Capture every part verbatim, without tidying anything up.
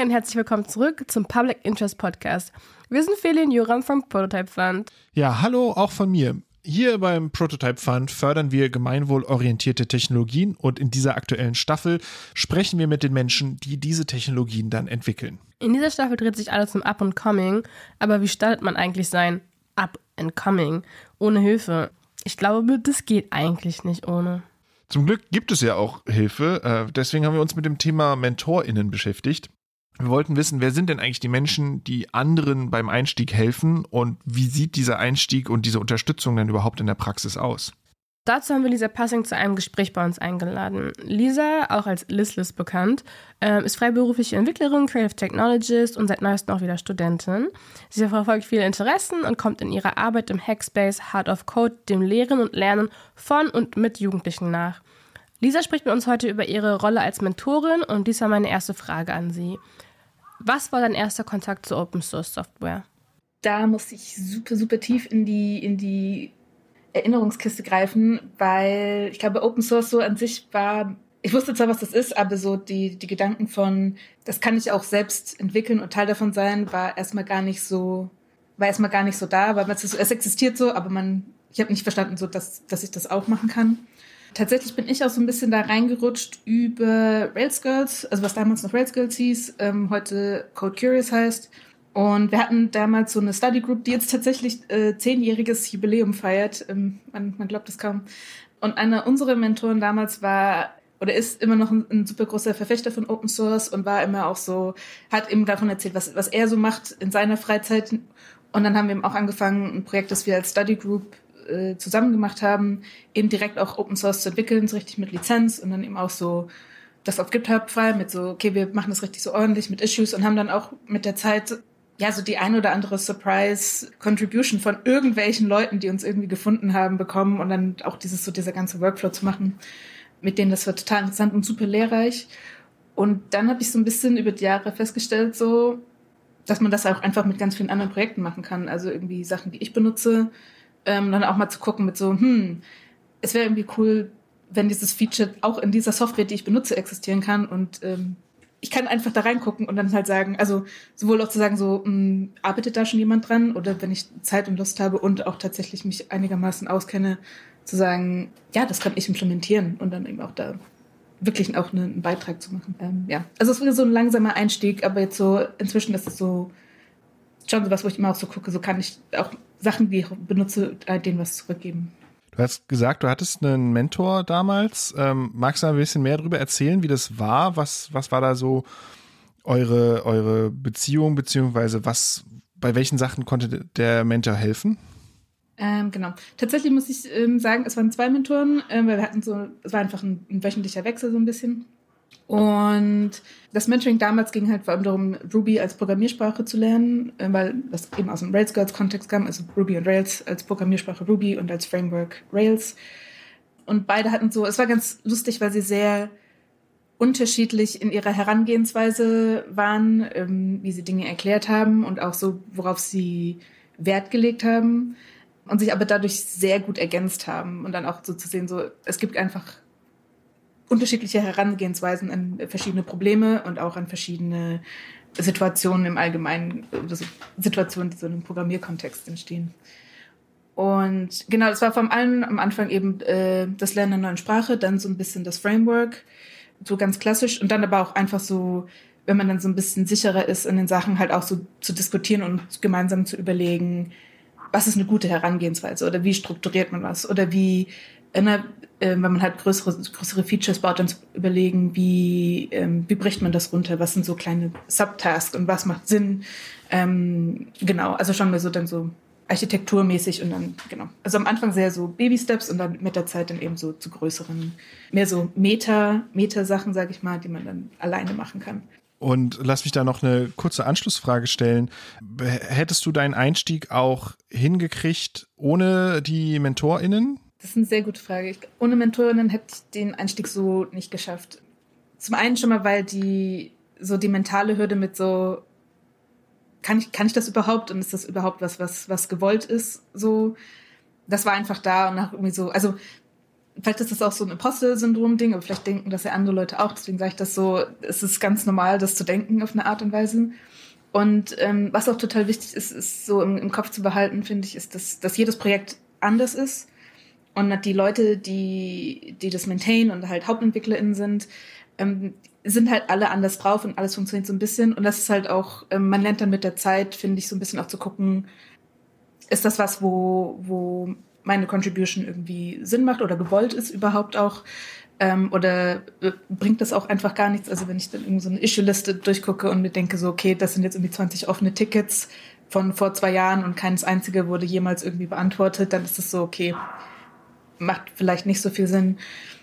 und herzlich willkommen zurück zum Public Interest Podcast. Wir sind Feli und Joram vom Prototype Fund. Ja, hallo auch von mir. Hier beim Prototype Fund fördern wir gemeinwohlorientierte Technologien und in dieser aktuellen Staffel sprechen wir mit den Menschen, die diese Technologien dann entwickeln. In dieser Staffel dreht sich alles um Up and Coming, aber wie startet man eigentlich sein Up and Coming ohne Hilfe? Ich glaube, das geht eigentlich nicht ohne. Zum Glück gibt es ja auch Hilfe, deswegen haben wir uns mit dem Thema MentorInnen beschäftigt. Wir wollten wissen, wer sind denn eigentlich die Menschen, die anderen beim Einstieg helfen und wie sieht dieser Einstieg und diese Unterstützung denn überhaupt in der Praxis aus? Dazu haben wir Lisa Passing zu einem Gespräch bei uns eingeladen. Lisa, auch als Listless bekannt, ist freiberufliche Entwicklerin, Creative Technologist und seit neuestem auch wieder Studentin. Sie verfolgt viele Interessen und kommt in ihrer Arbeit im Hackspace Heart of Code dem Lehren und Lernen von und mit Jugendlichen nach. Lisa spricht mit uns heute über ihre Rolle als Mentorin und dies war meine erste Frage an sie. Was war dein erster Kontakt zu Open Source Software? Da musste ich super, super tief in die, in die Erinnerungskiste greifen, weil ich glaube, Open Source so an sich war, ich wusste zwar, was das ist, aber so die, die Gedanken von, das kann ich auch selbst entwickeln und Teil davon sein, war erstmal gar nicht so, war erstmal gar nicht so da, weil es, es existiert so, aber man, ich habe nicht verstanden, so, dass, dass ich das auch machen kann. Tatsächlich bin ich auch so ein bisschen da reingerutscht über Rails Girls, also was damals noch Rails Girls hieß, ähm, heute Code Curious heißt. Und wir hatten damals so eine Study Group, die jetzt tatsächlich äh, zehnjähriges Jubiläum feiert. Ähm, man, man glaubt es kaum. Und einer unserer Mentoren damals war oder ist immer noch ein, ein super großer Verfechter von Open Source und war immer auch so, hat eben davon erzählt, was, was er so macht in seiner Freizeit. Und dann haben wir eben auch angefangen, ein Projekt, das wir als Study Group äh, zusammen gemacht haben, eben direkt auch Open Source zu entwickeln, so richtig mit Lizenz und dann eben auch so das auf GitHub frei mit so, okay, wir machen das richtig so ordentlich mit Issues und haben dann auch mit der Zeit ja, so die ein oder andere Surprise-Contribution von irgendwelchen Leuten, die uns irgendwie gefunden haben, bekommen und dann auch dieses, so dieser ganze Workflow zu machen, mit denen das war total interessant und super lehrreich. Und dann habe ich so ein bisschen über die Jahre festgestellt, so, dass man das auch einfach mit ganz vielen anderen Projekten machen kann. Also irgendwie Sachen, die ich benutze, ähm, dann auch mal zu gucken mit so, hm, es wäre irgendwie cool, wenn dieses Feature auch in dieser Software, die ich benutze, existieren kann und ähm, ich kann einfach da reingucken und dann halt sagen, also sowohl auch zu sagen, so mh, arbeitet da schon jemand dran oder wenn ich Zeit und Lust habe und auch tatsächlich mich einigermaßen auskenne, zu sagen, ja, das kann ich implementieren und dann eben auch da wirklich auch eine, einen Beitrag zu machen. Ähm, ja, also es ist so ein langsamer Einstieg, aber jetzt so inzwischen ist es so schon so was, wo ich immer auch so gucke, so kann ich auch Sachen, die ich benutze, denen was zurückgeben. Du hast gesagt, du hattest einen Mentor damals. Ähm, magst du ein bisschen mehr darüber erzählen, wie das war? Was, was war da so eure, eure Beziehung, beziehungsweise was, bei welchen Sachen konnte der Mentor helfen? Ähm, genau. Tatsächlich muss ich ähm, sagen, es waren zwei Mentoren, ähm, weil wir hatten so, es war einfach ein, ein wöchentlicher Wechsel so ein bisschen. Und das Mentoring damals ging halt vor allem darum, Ruby als Programmiersprache zu lernen, äh, weil das eben aus dem Rails Girls Kontext kam, also Ruby und Rails als Programmiersprache Ruby und als Framework Rails. Und beide hatten so, es war ganz lustig, weil sie sehr unterschiedlich in ihrer Herangehensweise waren, ähm, wie sie Dinge erklärt haben und auch so, worauf sie Wert gelegt haben und sich aber dadurch sehr gut ergänzt haben und dann auch so zu sehen, so, es gibt einfach unterschiedliche Herangehensweisen an verschiedene Probleme und auch an verschiedene Situationen im Allgemeinen, also Situationen, die so in einem Programmierkontext entstehen. Und genau, das war vor allem am Anfang eben äh, das Lernen einer neuen Sprache, dann so ein bisschen das Framework, so ganz klassisch und dann aber auch einfach so, wenn man dann so ein bisschen sicherer ist in den Sachen, halt auch so zu diskutieren und gemeinsam zu überlegen, was ist eine gute Herangehensweise oder wie strukturiert man was oder wie äh, wenn man halt größere, größere Features baut, dann zu überlegen, wie, ähm, wie bricht man das runter, was sind so kleine Subtasks und was macht Sinn. Ähm, genau, also schon mal so dann so architekturmäßig und dann, genau. Also am Anfang sehr so Baby-Steps und dann mit der Zeit dann eben so zu größeren, mehr so Meta, Meta-Sachen, sag ich mal, die man dann alleine machen kann. Und lass mich da noch eine kurze Anschlussfrage stellen. Hättest du deinen Einstieg auch hingekriegt ohne die MentorInnen? Das ist eine sehr gute Frage. Ich, ohne Mentorinnen hätte ich den Einstieg so nicht geschafft. Zum einen schon mal, weil die so die mentale Hürde mit so kann ich kann ich das überhaupt und ist das überhaupt was was was gewollt ist so, das war einfach da und nach irgendwie so, also vielleicht ist das auch so ein Imposter-Syndrom-Ding, aber vielleicht denken das ja andere Leute auch. Deswegen sage ich das so, es ist ganz normal, das zu denken auf eine Art und Weise. Und ähm, was auch total wichtig ist, ist so im, im Kopf zu behalten, finde ich, ist, dass, dass jedes Projekt anders ist. Und die Leute, die, die das maintainen und halt HauptentwicklerInnen sind, ähm, sind halt alle anders drauf und alles funktioniert so ein bisschen. Und das ist halt auch, ähm, man lernt dann mit der Zeit, finde ich, so ein bisschen auch zu gucken, ist das was, wo, wo meine Contribution irgendwie Sinn macht oder gewollt ist überhaupt auch? Ähm, oder äh, bringt das auch einfach gar nichts? Also wenn ich dann irgendwie so eine Issue-Liste durchgucke und mir denke so, okay, das sind jetzt irgendwie zwanzig offene Tickets von vor zwei Jahren und keines einzige wurde jemals irgendwie beantwortet, dann ist das so, okay, macht vielleicht nicht so viel Sinn.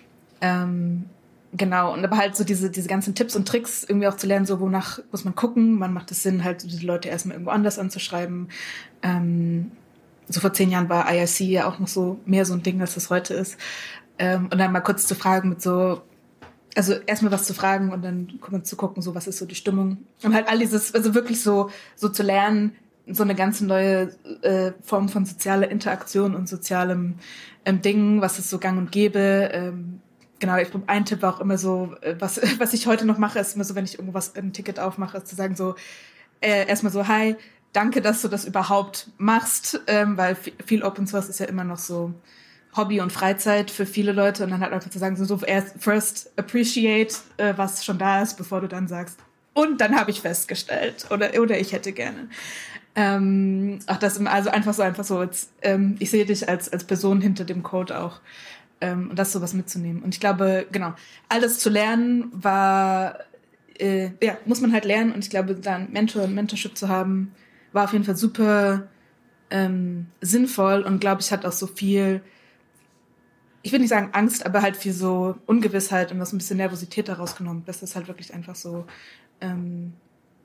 Ähm, genau, und aber halt so diese, diese ganzen Tipps und Tricks irgendwie auch zu lernen, so wonach muss man gucken, wann macht es Sinn, halt die Leute erstmal irgendwo anders anzuschreiben. Ähm, so vor zehn Jahren war I R C ja auch noch so mehr so ein Ding, als das heute ist. Ähm, und dann mal kurz zu fragen mit so, also erstmal was zu fragen und dann zu gucken, so was ist so die Stimmung. Und halt all dieses, also wirklich so, so zu lernen, so eine ganz neue äh, Form von sozialer Interaktion und sozialem ähm, Ding, was es so gang und gäbe. Ähm, genau, ich, ein Tipp war auch immer so, äh, was, was ich heute noch mache, ist immer so, wenn ich irgendwas, ein Ticket aufmache, ist zu sagen so, äh, erstmal so, hi, danke, dass du das überhaupt machst, ähm, weil f- viel Open Source ist ja immer noch so Hobby und Freizeit für viele Leute und dann halt einfach zu sagen, so, so erst first appreciate, äh, was schon da ist, bevor du dann sagst, und dann habe ich festgestellt oder, oder ich hätte gerne. Ähm, ach, das, also einfach so, einfach so, jetzt, ähm, ich sehe dich als, als Person hinter dem Code auch, ähm, und das sowas mitzunehmen. Und ich glaube, genau, alles zu lernen war, äh, ja, muss man halt lernen und ich glaube, dann Mentor und Mentorship zu haben, war auf jeden Fall super ähm, sinnvoll und glaube ich, hat auch so viel, ich will nicht sagen Angst, aber halt viel so Ungewissheit und was ein bisschen Nervosität daraus genommen, dass das halt wirklich einfach so ähm,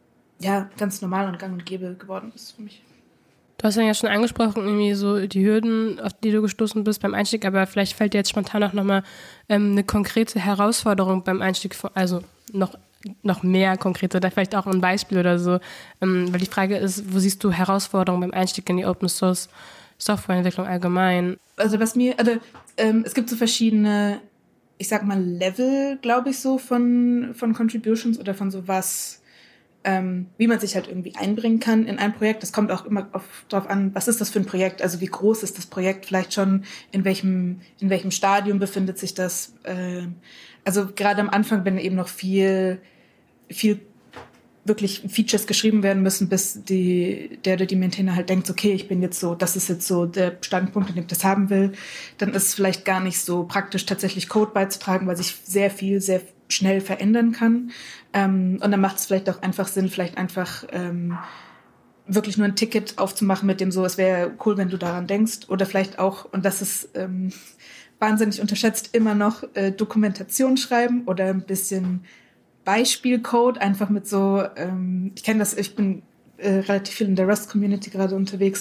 ja, ganz normal und gang und gäbe geworden ist für mich. Du hast ja schon angesprochen, irgendwie so die Hürden, auf die du gestoßen bist beim Einstieg, aber vielleicht fällt dir jetzt spontan auch nochmal ähm, eine konkrete Herausforderung beim Einstieg vor, also noch, noch mehr konkrete, da vielleicht auch ein Beispiel oder so, ähm, weil die Frage ist, wo siehst du Herausforderungen beim Einstieg in die Open Source Softwareentwicklung allgemein? Also was mir, also ähm, es gibt so verschiedene, ich sag mal Level, glaube ich so, von, von Contributions oder von sowas, Ähm, wie man sich halt irgendwie einbringen kann in ein Projekt. Das kommt auch immer auf, drauf an, was ist das für ein Projekt, also wie groß ist das Projekt, vielleicht schon in welchem, in welchem Stadium befindet sich das. Äh, also gerade am Anfang, wenn eben noch viel, viel wirklich Features geschrieben werden müssen, bis die, der oder die Maintainer halt denkt, okay, ich bin jetzt so, das ist jetzt so der Standpunkt, an dem ich das haben will, dann ist es vielleicht gar nicht so praktisch, tatsächlich Code beizutragen, weil sich sehr viel, sehr schnell verändern kann. Ähm, und dann macht es vielleicht auch einfach Sinn, vielleicht einfach ähm, wirklich nur ein Ticket aufzumachen mit dem so, es wäre cool, wenn du daran denkst. Oder vielleicht auch, und das ist ähm, wahnsinnig unterschätzt, immer noch äh, Dokumentation schreiben oder ein bisschen Beispielcode, einfach mit so, ähm, ich kenne das, ich bin äh, relativ viel in der Rust-Community gerade unterwegs,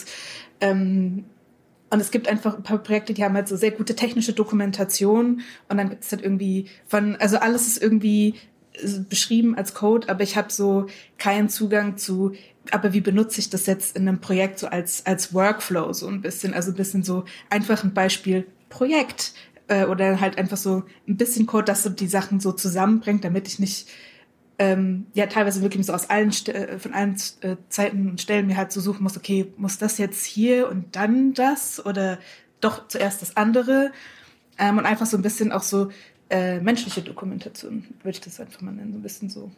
ähm, und es gibt einfach ein paar Projekte, die haben halt so sehr gute technische Dokumentation und dann gibt es halt irgendwie von, also alles ist irgendwie beschrieben als Code, aber ich habe so keinen Zugang zu, aber wie benutze ich das jetzt in einem Projekt so als als Workflow so ein bisschen, also ein bisschen so einfach ein Beispiel Projekt äh, oder halt einfach so ein bisschen Code, das so die Sachen so zusammenbringt, damit ich nicht ähm, ja teilweise wirklich so aus allen St- von allen äh, Zeiten und Stellen mir halt so suchen muss, okay, muss das jetzt hier und dann das oder doch zuerst das andere, ähm, und einfach so ein bisschen auch so äh, menschliche Dokumentation, würde ich das einfach mal nennen, so ein bisschen so.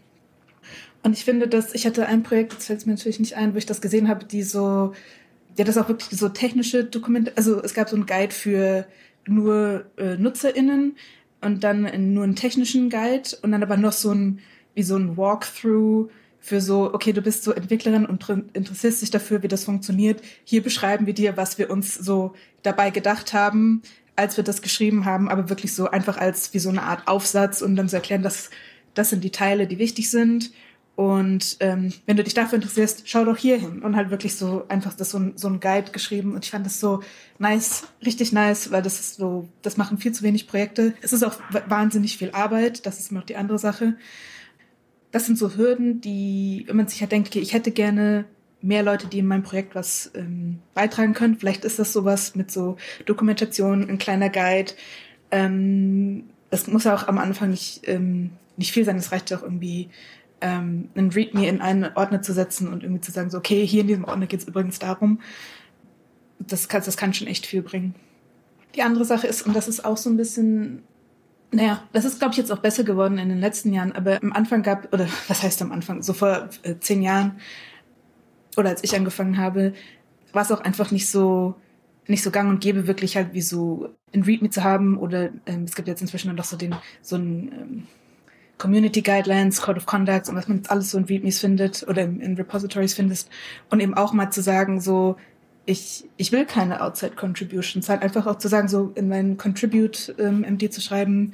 Und ich finde, dass ich hatte ein Projekt, das fällt mir natürlich nicht ein, wo ich das gesehen habe, die so, ja, das auch wirklich so technische Dokumente, also es gab so einen Guide für nur äh, NutzerInnen und dann nur einen technischen Guide und dann aber noch so ein wie so ein Walkthrough für so, okay, du bist so Entwicklerin und interessierst dich dafür, wie das funktioniert. Hier beschreiben wir dir, was wir uns so dabei gedacht haben, als wir das geschrieben haben, aber wirklich so einfach als wie so eine Art Aufsatz und dann zu erklären, dass das sind die Teile, die wichtig sind. Und ähm, wenn du dich dafür interessierst, schau doch hier hin. Und halt wirklich so einfach das so ein, so ein Guide geschrieben. Und ich fand das so nice, richtig nice, weil das ist so, das machen viel zu wenig Projekte. Es ist auch wahnsinnig viel Arbeit, das ist noch die andere Sache. Das sind so Hürden, die, wenn man sich halt denkt, okay, ich hätte gerne mehr Leute, die in meinem Projekt was ähm, beitragen können. Vielleicht ist das sowas mit so Dokumentation, ein kleiner Guide. ähm, das muss ja auch am Anfang nicht, ähm, nicht viel sein. Es reicht ja auch irgendwie, ähm, einen README in einen Ordner zu setzen und irgendwie zu sagen, so, okay, hier in diesem Ordner geht es übrigens darum. Das kann, das kann schon echt viel bringen. Die andere Sache ist, und das ist auch so ein bisschen, naja, das ist, glaube ich, jetzt auch besser geworden in den letzten Jahren, aber am Anfang gab, oder was heißt am Anfang, so vor äh, zehn Jahren, oder als ich angefangen habe, war es auch einfach nicht so, nicht so gang und gäbe, wirklich halt wie so ein README zu haben, oder ähm, es gibt jetzt inzwischen dann doch so den, so ein ähm, Community Guidelines, Code of Conduct und was man jetzt alles so in READMEs findet oder in, in Repositories findest, und eben auch mal zu sagen, so, ich, ich will keine Outside Contributions, halt einfach auch zu sagen, so in meinen Contribute ähm, M D zu schreiben,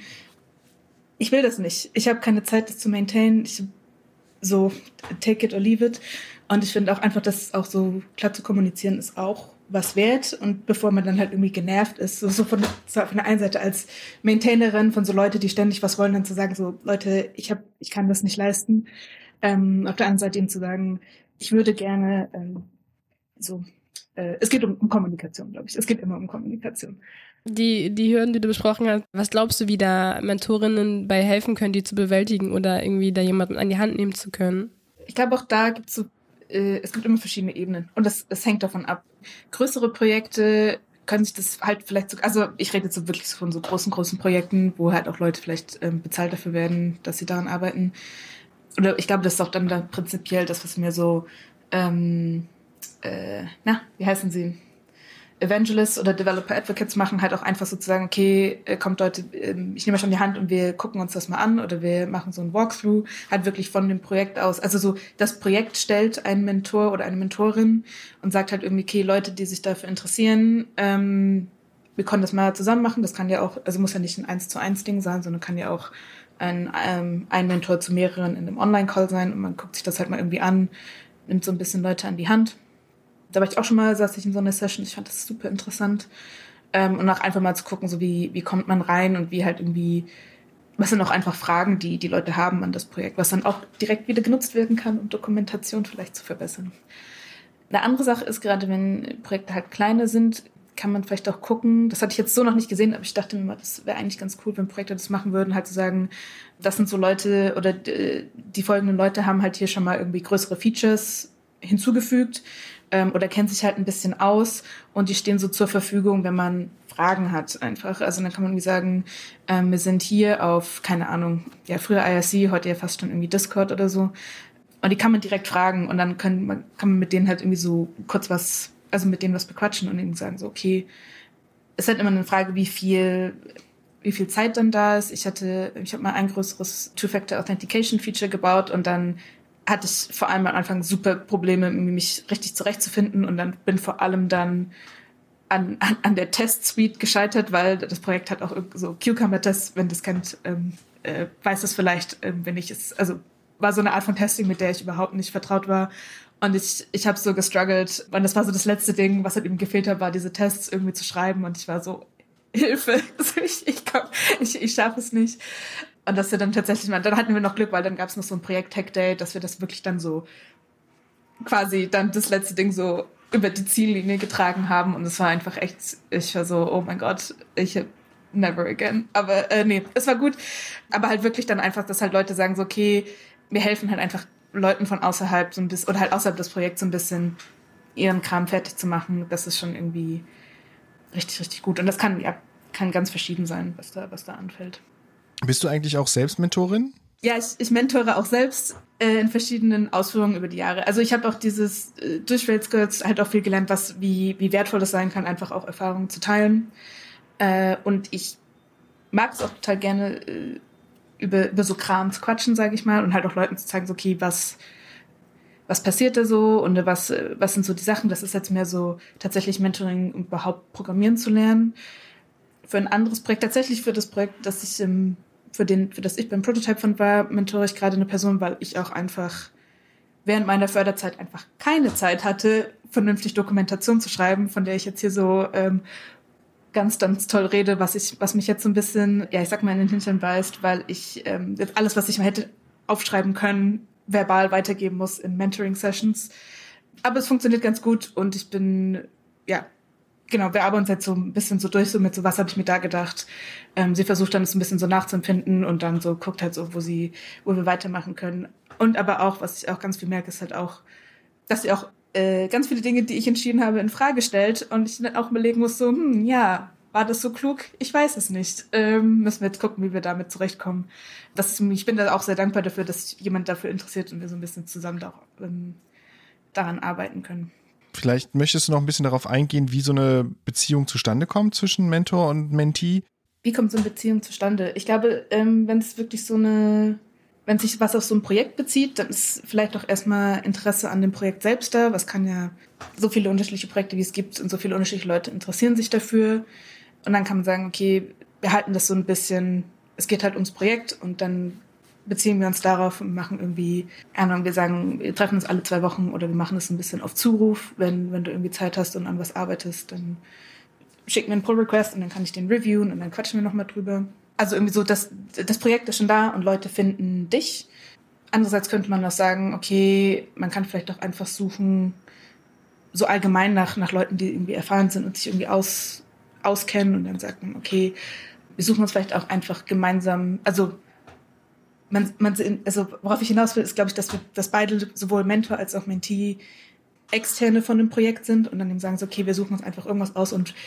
ich will das nicht. Ich habe keine Zeit, das zu maintainen. Ich, so, take it or leave it. Und ich finde auch einfach, das auch so klar zu kommunizieren, ist auch was wert. Und bevor man dann halt irgendwie genervt ist, so, so von, so von der einen Seite als Maintainerin von so Leute, die ständig was wollen, dann zu sagen, so, Leute, ich hab, ich kann das nicht leisten. Ähm, auf der anderen Seite eben zu sagen, ich würde gerne ähm, so, äh, es geht um, um Kommunikation, glaube ich. Es geht immer um Kommunikation. Die, die Hürden, die du besprochen hast, was glaubst du, wie da Mentorinnen bei helfen können, die zu bewältigen oder irgendwie da jemanden an die Hand nehmen zu können? Ich glaube, auch da gibt es so, äh, es gibt immer verschiedene Ebenen und das, das hängt davon ab. Größere Projekte können sich das halt vielleicht so, also ich rede jetzt so wirklich so von so großen, großen Projekten, wo halt auch Leute vielleicht ähm, bezahlt dafür werden, dass sie daran arbeiten. Oder ich glaube, das ist auch dann da prinzipiell das, was mir so, ähm, äh, na, wie heißen sie? Evangelists oder Developer Advocates machen, halt auch einfach sozusagen, okay, kommt Leute, ich nehme euch an die Hand und wir gucken uns das mal an oder wir machen so ein Walkthrough, halt wirklich von dem Projekt aus. Also so, das Projekt stellt einen Mentor oder eine Mentorin und sagt halt irgendwie, okay, Leute, die sich dafür interessieren, ähm, wir können das mal zusammen machen. Das kann ja auch, also muss ja nicht ein eins zu eins Ding sein, sondern kann ja auch ein, ähm, ein Mentor zu mehreren in einem Online-Call sein und man guckt sich das halt mal irgendwie an, nimmt so ein bisschen Leute an die Hand. Da war ich auch schon mal, saß ich in so einer Session, ich fand das super interessant. Ähm, und auch einfach mal zu gucken, so wie, wie kommt man rein und wie halt irgendwie, was sind auch einfach Fragen, die die Leute haben an das Projekt, was dann auch direkt wieder genutzt werden kann, um Dokumentation vielleicht zu verbessern. Eine andere Sache ist, gerade wenn Projekte halt kleiner sind, kann man vielleicht auch gucken, das hatte ich jetzt so noch nicht gesehen, aber ich dachte mir mal, das wäre eigentlich ganz cool, wenn Projekte das machen würden, halt zu sagen, das sind so Leute oder die, die folgenden Leute haben halt hier schon mal irgendwie größere Features hinzugefügt, oder kennt sich halt ein bisschen aus und die stehen so zur Verfügung, wenn man Fragen hat einfach. Also dann kann man irgendwie sagen, ähm, wir sind hier auf, keine Ahnung, ja früher I R C, heute ja fast schon irgendwie Discord oder so. Und die kann man direkt fragen und dann können, man, kann man mit denen halt irgendwie so kurz was, also mit denen was bequatschen und eben sagen so, okay, es ist halt immer eine Frage, wie viel, wie viel Zeit dann da ist. Ich hatte, ich habe mal ein größeres Two-Factor-Authentication-Feature gebaut und dann hatte ich vor allem am Anfang super Probleme, mich richtig zurechtzufinden und dann bin vor allem dann an, an, an der Test-Suite gescheitert, weil das Projekt hat auch so Cucumber-Tests, wenn das kennt, ähm, äh, weiß das vielleicht, ähm, wenn ich es, also war so eine Art von Testing, mit der ich überhaupt nicht vertraut war und ich, ich habe so gestruggelt und das war so das letzte Ding, was halt eben gefehlt hat, war diese Tests irgendwie zu schreiben und ich war so, Hilfe, ich, ich, komm, ich, ich schaffe es nicht. Und dass wir dann tatsächlich mal, dann hatten wir noch Glück, weil dann gab es noch so ein Projekt-Tech-Day, dass wir das wirklich dann so quasi dann das letzte Ding so über die Ziellinie getragen haben. Und es war einfach echt, ich war so, oh mein Gott, ich never again. Aber äh, nee, es war gut. Aber halt wirklich dann einfach, dass halt Leute sagen so, okay, wir helfen halt einfach Leuten von außerhalb so ein bisschen, oder halt außerhalb des Projekts so ein bisschen ihren Kram fertig zu machen. Das ist schon irgendwie richtig, richtig gut. Und das kann, ja, kann ganz verschieden sein, was da, was da anfällt. Bist du eigentlich auch selbst Mentorin? Ja, ich, ich mentore auch selbst äh, in verschiedenen Ausführungen über die Jahre. Also ich habe auch dieses, äh, durch Rails Skills halt auch viel gelernt, was wie, wie wertvoll es sein kann, einfach auch Erfahrungen zu teilen. Äh, und ich mag es auch total gerne, äh, über, über so Kram zu quatschen, sage ich mal, und halt auch Leuten zu zeigen, so, okay, was, was passiert da so und was, was sind so die Sachen. Das ist jetzt mehr so tatsächlich Mentoring, um überhaupt programmieren zu lernen. Für ein anderes Projekt, tatsächlich für das Projekt, das ich im für den, für das ich beim Prototype Fund war, mentore ich gerade eine Person, weil ich auch einfach während meiner Förderzeit einfach keine Zeit hatte, vernünftig Dokumentation zu schreiben, von der ich jetzt hier so ähm, ganz, ganz toll rede, was ich, was mich jetzt so ein bisschen, ja, ich sag mal, in den Hintern beißt, weil ich ähm, jetzt alles, was ich mal hätte aufschreiben können, verbal weitergeben muss in Mentoring-Sessions. Aber es funktioniert ganz gut und ich bin, ja, genau, wir arbeiten uns jetzt so ein bisschen so durch, so mit so, was habe ich mir da gedacht. Ähm, sie versucht dann das ein bisschen so nachzuempfinden und dann so guckt halt so, wo sie, wo wir weitermachen können. Und aber auch, was ich auch ganz viel merke, ist halt auch, dass sie auch äh, ganz viele Dinge, die ich entschieden habe, in Frage stellt und ich dann auch überlegen muss, so, hm, ja, war das so klug? Ich weiß es nicht. Ähm, müssen wir jetzt gucken, wie wir damit zurechtkommen. Das ist, ich bin da auch sehr dankbar dafür, dass jemand dafür interessiert und wir so ein bisschen zusammen da, ähm, daran arbeiten können. Vielleicht möchtest du noch ein bisschen darauf eingehen, wie so eine Beziehung zustande kommt zwischen Mentor und Mentee? Wie kommt so eine Beziehung zustande? Ich glaube, ähm, wenn es wirklich so eine, wenn sich was auf so ein Projekt bezieht, dann ist vielleicht auch erstmal Interesse an dem Projekt selbst da. Was kann ja so viele unterschiedliche Projekte, wie es gibt, und so viele unterschiedliche Leute interessieren sich dafür. Und dann kann man sagen, okay, wir halten das so ein bisschen, es geht halt ums Projekt und dann beziehen wir uns darauf und machen irgendwie, keine Ahnung, wir sagen, wir treffen uns alle zwei Wochen oder wir machen das ein bisschen auf Zuruf. Wenn, wenn du irgendwie Zeit hast und an was arbeitest, dann schick mir einen Pull-Request und dann kann ich den reviewen und dann quatschen wir nochmal drüber. Also irgendwie so, das, das Projekt ist schon da und Leute finden dich. Andererseits könnte man auch sagen, okay, man kann vielleicht auch einfach suchen, so allgemein nach, nach Leuten, die irgendwie erfahren sind und sich irgendwie aus, auskennen und dann sagt man, okay, wir suchen uns vielleicht auch einfach gemeinsam, also Man, man, also worauf ich hinaus will, ist, glaube ich, dass wir, dass beide, sowohl Mentor als auch Mentee, Externe von dem Projekt sind und dann eben sagen so, okay, wir suchen uns einfach irgendwas aus und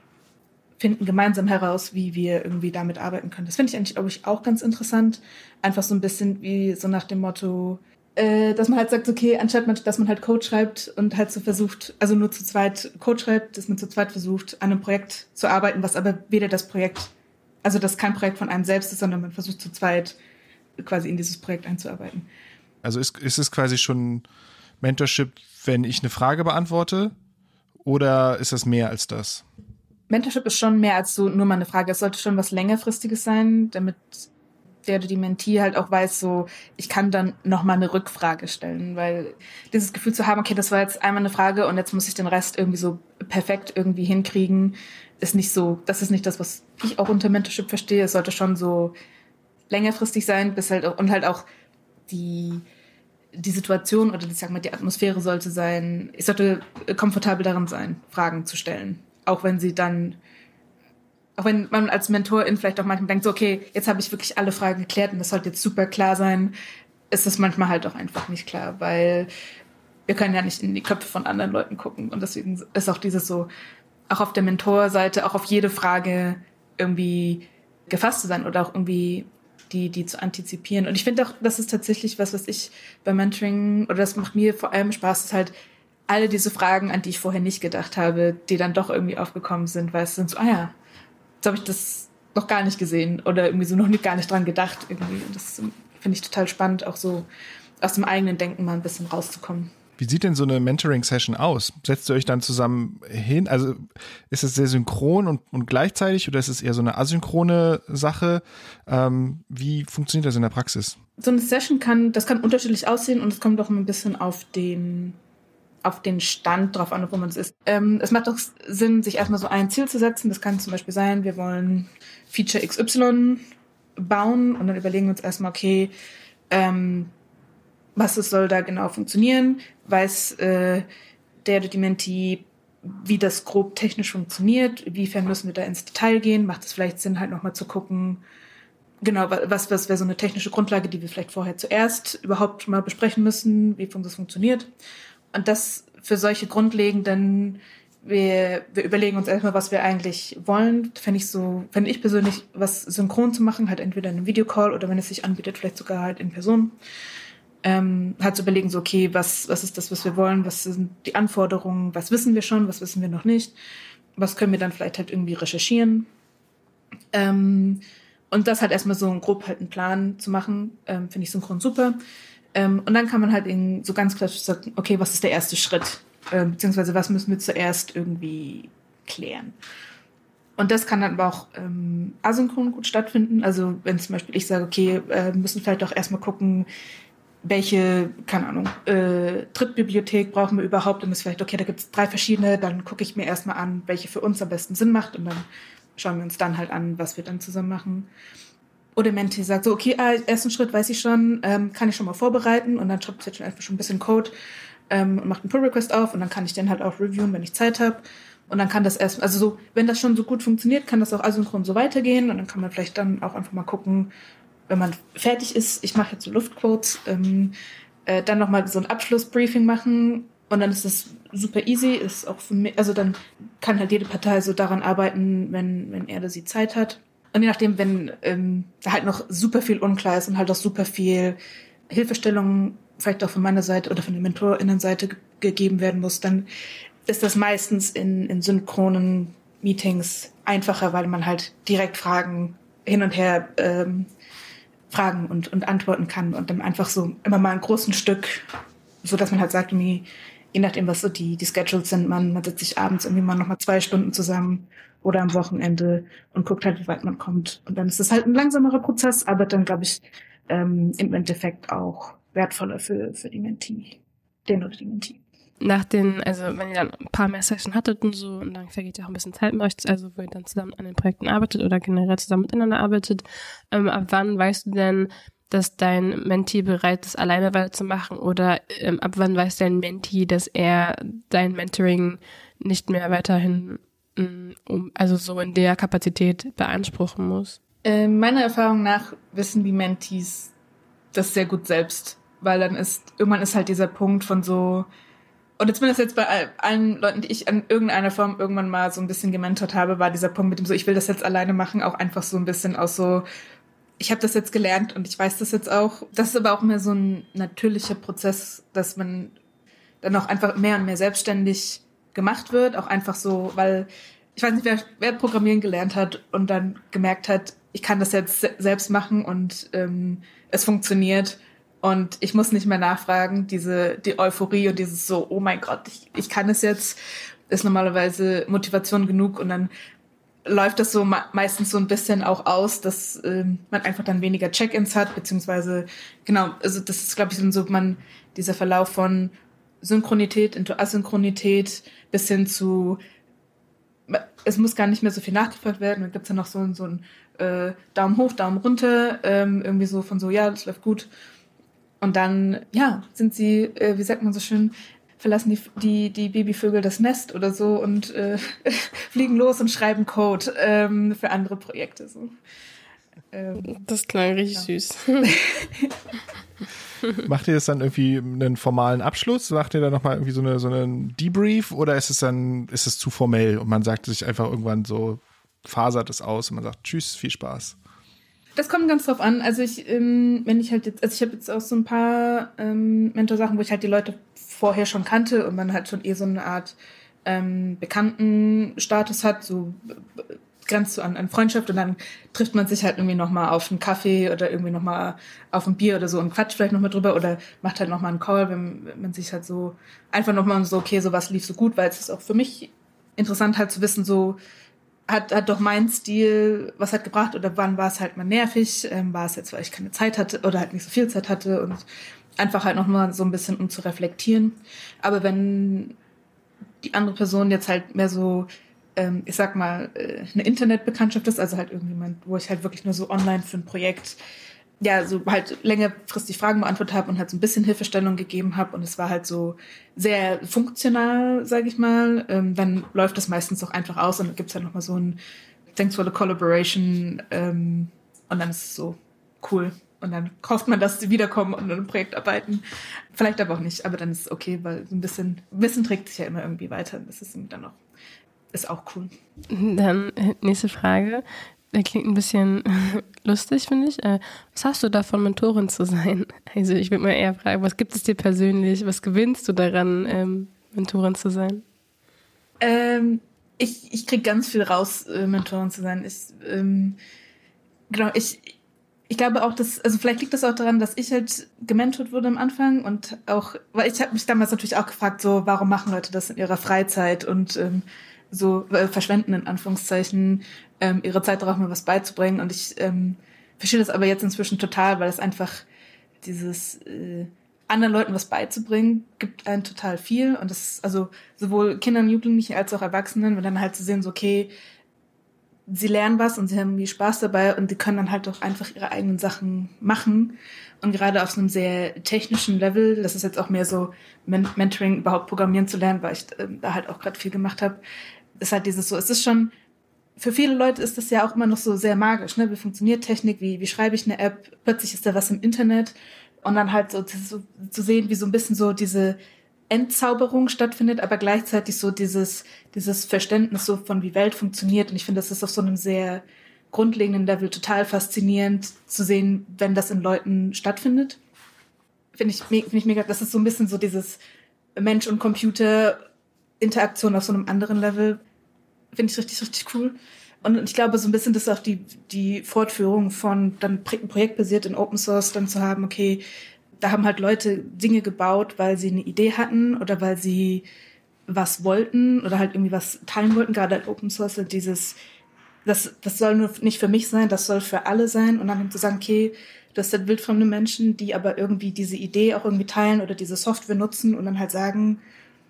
finden gemeinsam heraus, wie wir irgendwie damit arbeiten können. Das finde ich eigentlich, glaube ich, auch ganz interessant. Einfach so ein bisschen wie so nach dem Motto, äh, dass man halt sagt, okay, anstatt man, dass man halt Code schreibt und halt so versucht, also nur zu zweit Code schreibt, dass man zu zweit versucht, an einem Projekt zu arbeiten, was aber weder das Projekt, also das kein Projekt von einem selbst ist, sondern man versucht zu zweit quasi in dieses Projekt einzuarbeiten. Also ist, ist es quasi schon Mentorship, wenn ich eine Frage beantworte, oder ist das mehr als das? Mentorship ist schon mehr als so nur mal eine Frage. Es sollte schon was längerfristiges sein, damit der oder die Mentee halt auch weiß, so, ich kann dann nochmal eine Rückfrage stellen, weil dieses Gefühl zu haben, okay, das war jetzt einmal eine Frage und jetzt muss ich den Rest irgendwie so perfekt irgendwie hinkriegen, ist nicht so, das ist nicht das, was ich auch unter Mentorship verstehe. Es sollte schon so längerfristig sein, bis halt auch, und halt auch die, die Situation oder ich sag mal, die Atmosphäre sollte sein, ich sollte komfortabel darin sein, Fragen zu stellen. Auch wenn sie dann, auch wenn man als Mentorin vielleicht auch manchmal denkt, so, okay, jetzt habe ich wirklich alle Fragen geklärt und das sollte jetzt super klar sein, ist das manchmal halt auch einfach nicht klar, weil wir können ja nicht in die Köpfe von anderen Leuten gucken und deswegen ist auch dieses so, auch auf der Mentorseite, auch auf jede Frage irgendwie gefasst zu sein oder auch irgendwie die, die zu antizipieren. Und ich finde auch, das ist tatsächlich was, was ich beim Mentoring, oder das macht mir vor allem Spaß, ist halt alle diese Fragen, an die ich vorher nicht gedacht habe, die dann doch irgendwie aufgekommen sind, weil es sind so, ah ja, jetzt habe ich das noch gar nicht gesehen oder irgendwie so noch nicht, gar nicht dran gedacht irgendwie. Und das finde ich total spannend, auch so aus dem eigenen Denken mal ein bisschen rauszukommen. Wie sieht denn so eine Mentoring-Session aus? Setzt ihr euch dann zusammen hin? Also ist es sehr synchron und, und gleichzeitig oder ist es eher so eine asynchrone Sache? Ähm, wie funktioniert das in der Praxis? So eine Session kann, das kann unterschiedlich aussehen und es kommt auch ein bisschen auf den, auf den Stand drauf an, wo man es ist. Ähm, es macht auch Sinn, sich erstmal so ein Ziel zu setzen. Das kann zum Beispiel sein, wir wollen Feature X Y bauen und dann überlegen wir uns erstmal, okay, ähm, was es soll da genau funktionieren, weiß äh, der oder die Mentee, wie das grob technisch funktioniert, inwiefern müssen wir da ins Detail gehen, macht es vielleicht Sinn, halt nochmal zu gucken, genau, was, was wäre so eine technische Grundlage, die wir vielleicht vorher zuerst überhaupt mal besprechen müssen, wie das funktioniert. Und das für solche grundlegenden, wir, wir überlegen uns erstmal, was wir eigentlich wollen, fände ich so, fände ich persönlich, was synchron zu machen, halt entweder in einem Videocall oder wenn es sich anbietet, vielleicht sogar halt in Person. Ähm, halt zu überlegen, so, okay, was, was ist das, was wir wollen, was sind die Anforderungen, was wissen wir schon, was wissen wir noch nicht, was können wir dann vielleicht halt irgendwie recherchieren. Ähm, und das halt erstmal so grob halt einen Plan zu machen, ähm, finde ich synchron super. Ähm, und dann kann man halt in so ganz klassisch sagen, okay, was ist der erste Schritt? Ähm, beziehungsweise was müssen wir zuerst irgendwie klären? Und das kann dann aber auch ähm, asynchron gut stattfinden. Also wenn zum Beispiel ich sage, okay, äh, müssen vielleicht auch erstmal gucken, welche, keine Ahnung, äh, Drittbibliothek brauchen wir überhaupt? Und es vielleicht, okay, da gibt es drei verschiedene, dann gucke ich mir erstmal an, welche für uns am besten Sinn macht und dann schauen wir uns dann halt an, was wir dann zusammen machen. Oder Mentee sagt so, okay, ah, ersten Schritt weiß ich schon, ähm, kann ich schon mal vorbereiten und dann schreibt jetzt schon einfach schon ein bisschen Code ähm, und macht einen Pull-Request auf und dann kann ich den halt auch reviewen, wenn ich Zeit habe. Und dann kann das erst, also so, wenn das schon so gut funktioniert, kann das auch asynchron so weitergehen und dann kann man vielleicht dann auch einfach mal gucken, wenn man fertig ist, ich mache jetzt so Luftquotes, ähm, äh, dann nochmal so ein Abschlussbriefing machen und dann ist das super easy, ist auch für mich, also dann kann halt jede Partei so daran arbeiten, wenn, wenn er oder sie Zeit hat. Und je nachdem, wenn ähm, da halt noch super viel unklar ist und halt auch super viel Hilfestellung vielleicht auch von meiner Seite oder von der MentorInnenseite ge- gegeben werden muss, dann ist das meistens in, in synchronen Meetings einfacher, weil man halt direkt Fragen hin und her ähm, fragen und, und antworten kann und dann einfach so immer mal ein großen Stück, so dass man halt sagt, irgendwie, je nachdem, was so die, die Schedules sind, man, man setzt sich abends irgendwie mal nochmal zwei Stunden zusammen oder am Wochenende und guckt halt, wie weit man kommt. Und dann ist es halt ein langsamerer Prozess, aber dann, glaube ich, ähm, im Endeffekt auch wertvoller für, für die Mentee, den oder die Mentee. Nach den, also wenn ihr dann ein paar mehr Sessions hattet und so, und dann vergeht ja auch ein bisschen Zeit mit euch, also wo ihr dann zusammen an den Projekten arbeitet oder generell zusammen miteinander arbeitet, ähm, ab wann weißt du denn, dass dein Mentee bereit ist, alleine weiterzumachen oder ähm, ab wann weiß dein Mentee, dass er dein Mentoring nicht mehr weiterhin ähm, um, also so in der Kapazität beanspruchen muss? Äh, meiner Erfahrung nach wissen die Mentees das sehr gut selbst, weil dann ist, irgendwann ist halt dieser Punkt von so, oder zumindest jetzt bei allen Leuten, die ich an irgendeiner Form irgendwann mal so ein bisschen gementort habe, war dieser Punkt mit dem so, ich will das jetzt alleine machen, auch einfach so ein bisschen aus so, ich habe das jetzt gelernt und ich weiß das jetzt auch. Das ist aber auch mehr so ein natürlicher Prozess, dass man dann auch einfach mehr und mehr selbstständig gemacht wird, auch einfach so, weil ich weiß nicht, wer, wer Programmieren gelernt hat und dann gemerkt hat, ich kann das jetzt selbst machen und ähm, es funktioniert. Und ich muss nicht mehr nachfragen, diese, die Euphorie und dieses so, oh mein Gott, ich, ich kann es jetzt, ist normalerweise Motivation genug und dann läuft das so ma- meistens so ein bisschen auch aus, dass ähm, man einfach dann weniger Check-ins hat, beziehungsweise, genau, also das ist, glaube ich, so man, dieser Verlauf von Synchronität into Asynchronität bis hin zu, es muss gar nicht mehr so viel nachgefragt werden, dann gibt's ja noch so, so ein äh, Daumen hoch, Daumen runter, ähm, irgendwie so von so, ja, das läuft gut. Und dann, ja, sind sie, äh, wie sagt man so schön, verlassen die, die, die Babyvögel das Nest oder so und äh, fliegen los und schreiben Code ähm, für andere Projekte. So. Ähm, das klang richtig ja. süß. Macht ihr das dann irgendwie einen formalen Abschluss? Macht ihr da nochmal irgendwie so, eine, so einen Debrief oder ist es dann, ist es zu formell und man sagt sich einfach irgendwann so, fasert es aus und man sagt, tschüss, viel Spaß? Das kommt ganz drauf an. Also ich, ähm, wenn ich halt jetzt, also ich habe jetzt auch so ein paar ähm, Mentor-Sachen, wo ich halt die Leute vorher schon kannte und man halt schon eh so eine Art ähm, Bekanntenstatus hat, so äh, grenzt so an, an Freundschaft und dann trifft man sich halt irgendwie nochmal auf einen Kaffee oder irgendwie nochmal auf ein Bier oder so und quatscht vielleicht nochmal drüber oder macht halt nochmal einen Call, wenn, wenn man sich halt so einfach nochmal so, okay, sowas lief so gut, weil es ist auch für mich interessant halt zu wissen, so Hat, hat doch mein Stil was hat gebracht oder wann war es halt mal nervig, ähm, war es jetzt, weil ich keine Zeit hatte oder halt nicht so viel Zeit hatte und einfach halt nochmal so ein bisschen, um zu reflektieren. Aber wenn die andere Person jetzt halt mehr so, ähm, ich sag mal, äh, eine Internetbekanntschaft ist, also halt irgendjemand, wo ich halt wirklich nur so online für ein Projekt ja, so halt längerfristig Fragen beantwortet habe und halt so ein bisschen Hilfestellung gegeben habe und es war halt so sehr funktional, sage ich mal, ähm, dann läuft das meistens auch einfach aus und dann gibt's halt nochmal so ein Thanks for the Collaboration ähm, und dann ist es so cool und dann hofft man, dass sie wiederkommen und an einem Projekt arbeiten. Vielleicht aber auch nicht, aber dann ist es okay, weil so ein bisschen Wissen trägt sich ja immer irgendwie weiter und das ist dann auch, ist auch cool. Dann nächste Frage. Der klingt ein bisschen lustig, finde ich. Äh, was hast du davon, Mentorin zu sein? Also ich würde mal eher fragen, was gibt es dir persönlich? Was gewinnst du daran, ähm, Mentorin zu sein? Ähm, ich ich kriege ganz viel raus, äh, Mentorin zu sein. Ich, ähm, genau, ich, ich glaube auch, dass, also vielleicht liegt das auch daran, dass ich halt gementort wurde am Anfang und auch, weil ich habe mich damals natürlich auch gefragt, so, warum machen Leute das in ihrer Freizeit und ähm, so äh, verschwenden in Anführungszeichen ähm, ihre Zeit darauf, mir was beizubringen. Und ich ähm, verstehe das aber jetzt inzwischen total, weil es einfach dieses äh, anderen Leuten was beizubringen, gibt einen total viel. Und das ist also sowohl Kindern, Jugendlichen als auch Erwachsenen, wenn dann halt zu sehen, so okay, sie lernen was und sie haben irgendwie Spaß dabei und sie können dann halt auch einfach ihre eigenen Sachen machen. Und gerade auf so einem sehr technischen Level, das ist jetzt auch mehr so Men- Mentoring, überhaupt programmieren zu lernen, weil ich äh, da halt auch gerade viel gemacht habe, ist halt dieses so, es ist schon, für viele Leute ist das ja auch immer noch so sehr magisch, ne? Wie funktioniert Technik, wie, wie schreibe ich eine App, plötzlich ist da was im Internet und dann halt so, so zu sehen, wie so ein bisschen so diese Entzauberung stattfindet, aber gleichzeitig so dieses, dieses Verständnis so von wie Welt funktioniert. Und ich finde, das ist auf so einem sehr grundlegenden Level total faszinierend zu sehen, wenn das in Leuten stattfindet. Finde ich, finde ich mega, das ist so ein bisschen so dieses Mensch- und Computer-Interaktion auf so einem anderen Level. Finde ich richtig, richtig cool. Und ich glaube, so ein bisschen das ist auch die, die Fortführung von dann projektbasiert in Open Source dann zu haben, okay, da haben halt Leute Dinge gebaut, weil sie eine Idee hatten oder weil sie was wollten oder halt irgendwie was teilen wollten. Gerade halt Open Source und dieses, das, das soll nur nicht für mich sein, das soll für alle sein. Und dann zu sagen, okay, das ist das Bild von einem Menschen, die aber irgendwie diese Idee auch irgendwie teilen oder diese Software nutzen und dann halt sagen,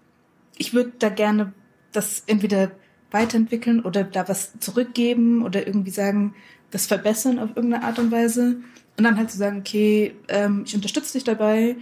ich würde da gerne das entweder weiterentwickeln oder da was zurückgeben oder irgendwie sagen, das verbessern auf irgendeine Art und Weise. Und dann halt zu sagen, okay, ähm, ich unterstütze dich dabei.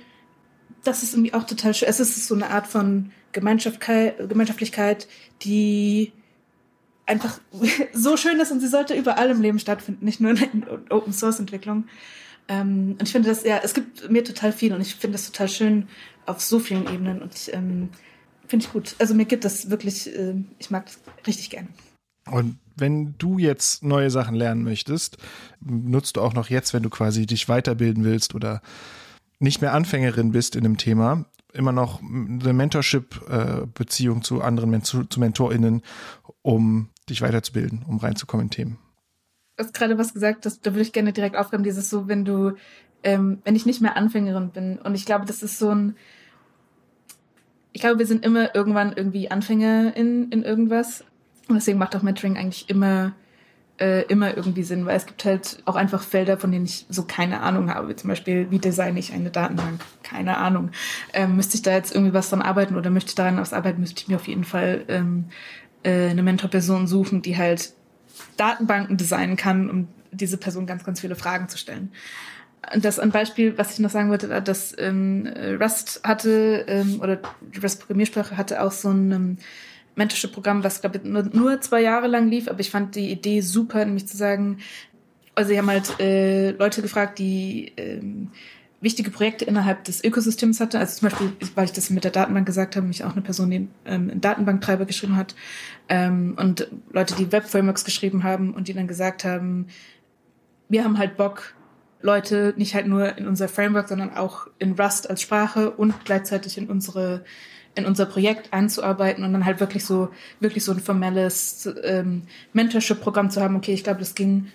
Das ist irgendwie auch total schön. Es ist so eine Art von Gemeinschaftlichkeit, Gemeinschaftlichkeit, die einfach so schön ist und sie sollte überall im Leben stattfinden, nicht nur in Open-Source-Entwicklung. Ähm, und ich finde das, ja, es gibt mir total viel und ich finde das total schön auf so vielen Ebenen und ich, ähm, finde ich gut. Also mir gibt das wirklich, äh, ich mag das richtig gerne. Und wenn du jetzt neue Sachen lernen möchtest, nutzt du auch noch jetzt, wenn du quasi dich weiterbilden willst oder nicht mehr Anfängerin bist in einem Thema, immer noch eine Mentorship-Beziehung zu anderen, Men- zu, zu MentorInnen, um dich weiterzubilden, um reinzukommen in Themen. Du hast gerade was gesagt, das, da würde ich gerne direkt aufgreifen, dieses so, wenn du, ähm, wenn ich nicht mehr Anfängerin bin und ich glaube, das ist so ein, ich glaube, wir sind immer irgendwann irgendwie Anfänger in, in irgendwas. Und deswegen macht auch Mentoring eigentlich immer, äh, immer irgendwie Sinn, weil es gibt halt auch einfach Felder, von denen ich so keine Ahnung habe. Wie zum Beispiel, wie designe ich eine Datenbank? Keine Ahnung. Ähm, müsste ich da jetzt irgendwie was dran arbeiten oder möchte ich daran was arbeiten, müsste ich mir auf jeden Fall ähm, äh, eine Mentorperson suchen, die halt Datenbanken designen kann, um diese Person ganz, ganz viele Fragen zu stellen. Das ein Beispiel, was ich noch sagen wollte, dass ähm, Rust hatte, ähm, oder die Rust-Programmiersprache hatte auch so ein ähm, Mentorship-Programm, was, glaube ich, nur, nur zwei Jahre lang lief, aber ich fand die Idee super, nämlich zu sagen, also sie haben halt äh, Leute gefragt, die ähm, wichtige Projekte innerhalb des Ökosystems hatte, also zum Beispiel, weil ich das mit der Datenbank gesagt habe, mich auch eine Person, die ähm, einen Datenbanktreiber geschrieben hat, ähm, und Leute, die Web-Frameworks geschrieben haben und die dann gesagt haben, wir haben halt Bock, Leute nicht halt nur in unser Framework, sondern auch in Rust als Sprache und gleichzeitig in unsere in unser Projekt einzuarbeiten und dann halt wirklich so wirklich so ein formelles ähm, Mentorship-Programm zu haben. Okay, ich glaube, das ging,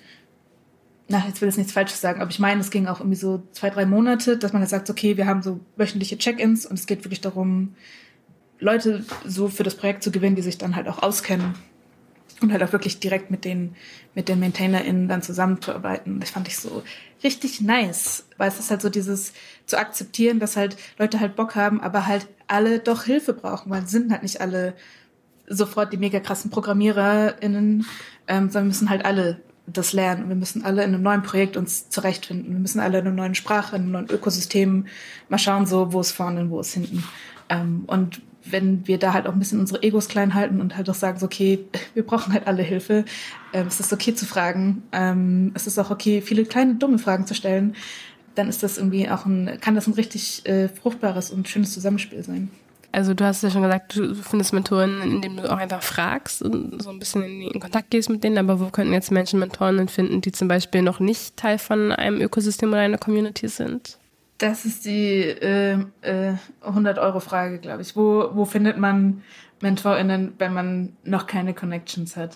na, jetzt will ich nichts Falsches sagen, aber ich meine, es ging auch irgendwie so zwei, drei Monate, dass man halt sagt, okay, wir haben so wöchentliche Check-ins und es geht wirklich darum, Leute so für das Projekt zu gewinnen, die sich dann halt auch auskennen. Und halt auch wirklich direkt mit den, mit den MaintainerInnen dann zusammenzuarbeiten. Das fand ich so richtig nice. Weil es ist halt so dieses zu akzeptieren, dass halt Leute halt Bock haben, aber halt alle doch Hilfe brauchen, weil sind halt nicht alle sofort die mega krassen ProgrammiererInnen, ähm, sondern müssen halt alle das lernen. Und wir müssen alle in einem neuen Projekt uns zurechtfinden. Wir müssen alle in einer neuen Sprache, in einem neuen Ökosystem mal schauen, so, wo ist vorne und wo ist hinten. Ähm, und wenn wir da halt auch ein bisschen unsere Egos klein halten und halt auch sagen, so, okay, wir brauchen halt alle Hilfe. Ähm, es ist okay zu fragen. Ähm, es ist auch okay, viele kleine, dumme Fragen zu stellen. Dann ist das irgendwie auch ein, kann das ein richtig äh, fruchtbares und schönes Zusammenspiel sein. Also du hast ja schon gesagt, du findest Mentoren, indem du auch einfach fragst und so ein bisschen in, in Kontakt gehst mit denen. Aber wo könnten jetzt Menschen Mentorinnen finden, die zum Beispiel noch nicht Teil von einem Ökosystem oder einer Community sind? Das ist die äh, äh, hundert-Euro-Frage, glaube ich. Wo, wo findet man MentorInnen, wenn man noch keine Connections hat?